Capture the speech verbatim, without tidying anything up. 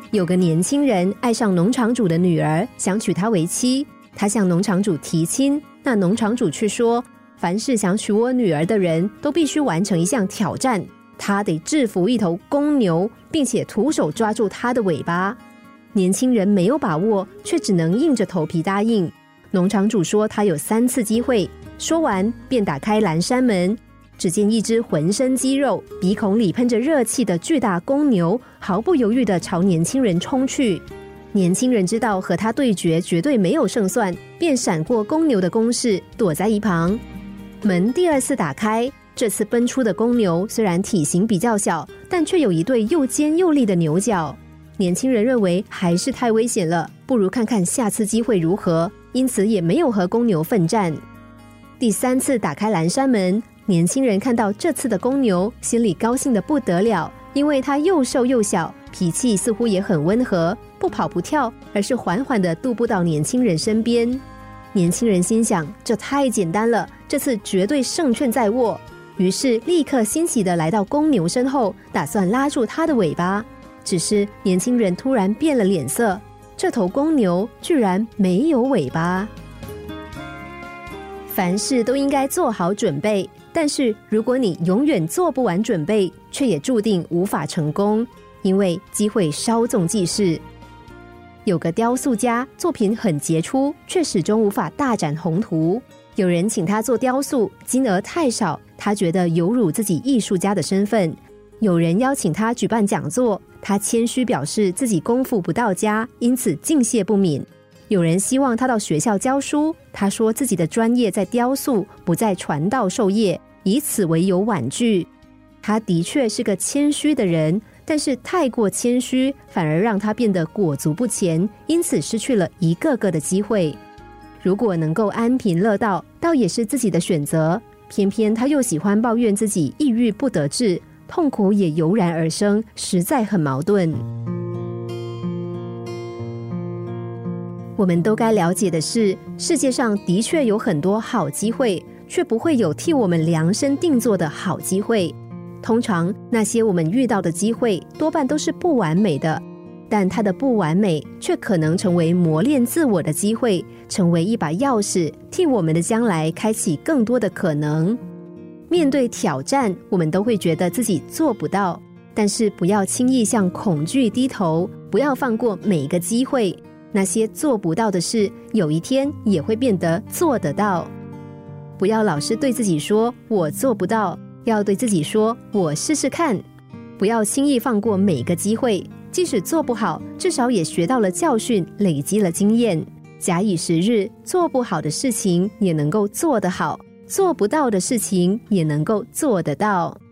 有个年轻人爱上农场主的女儿，想娶她为妻。他向农场主提亲，那农场主却说，凡是想娶我女儿的人都必须完成一项挑战，他得制服一头公牛，并且徒手抓住它的尾巴。年轻人没有把握，却只能硬着头皮答应。农场主说他有三次机会，说完便打开蓝山门，只见一只浑身肌肉、鼻孔里喷着热气的巨大公牛毫不犹豫地朝年轻人冲去。年轻人知道和他对决绝对没有胜算，便闪过公牛的攻势，躲在一旁。门第二次打开，这次奔出的公牛虽然体型比较小，但却有一对又尖又利的牛角。年轻人认为还是太危险了，不如看看下次机会如何，因此也没有和公牛奋战。第三次打开蓝山门，年轻人看到这次的公牛，心里高兴得不得了，因为它又瘦又小，脾气似乎也很温和，不跑不跳，而是缓缓地踱步到年轻人身边。年轻人心想，这太简单了，这次绝对胜券在握，于是立刻欣喜地来到公牛身后，打算拉住它的尾巴。只是年轻人突然变了脸色，这头公牛居然没有尾巴。凡事都应该做好准备，但是如果你永远做不完准备，却也注定无法成功，因为机会稍纵即逝。有个雕塑家作品很杰出，却始终无法大展宏图。有人请他做雕塑，金额太少，他觉得有辱自己艺术家的身份。有人邀请他举办讲座，他谦虚表示自己功夫不到家，因此敬谢不敏。有人希望他到学校教书，他说自己的专业在雕塑，不在传道授业，以此为由婉拒。他的确是个谦虚的人，但是太过谦虚反而让他变得裹足不前，因此失去了一个个的机会。如果能够安贫乐道，倒也是自己的选择，偏偏他又喜欢抱怨自己抑郁不得志，痛苦也油然而生，实在很矛盾。我们都该了解的是，世界上的确有很多好机会，却不会有替我们量身定做的好机会。通常那些我们遇到的机会多半都是不完美的，但它的不完美却可能成为磨练自我的机会，成为一把钥匙，替我们的将来开启更多的可能。面对挑战，我们都会觉得自己做不到，但是不要轻易向恐惧低头，不要放过每一个机会。那些做不到的事，有一天也会变得做得到。不要老是对自己说我做不到，要对自己说我试试看。不要轻易放过每个机会，即使做不好，至少也学到了教训，累积了经验。假以时日，做不好的事情也能够做得好，做不到的事情也能够做得到。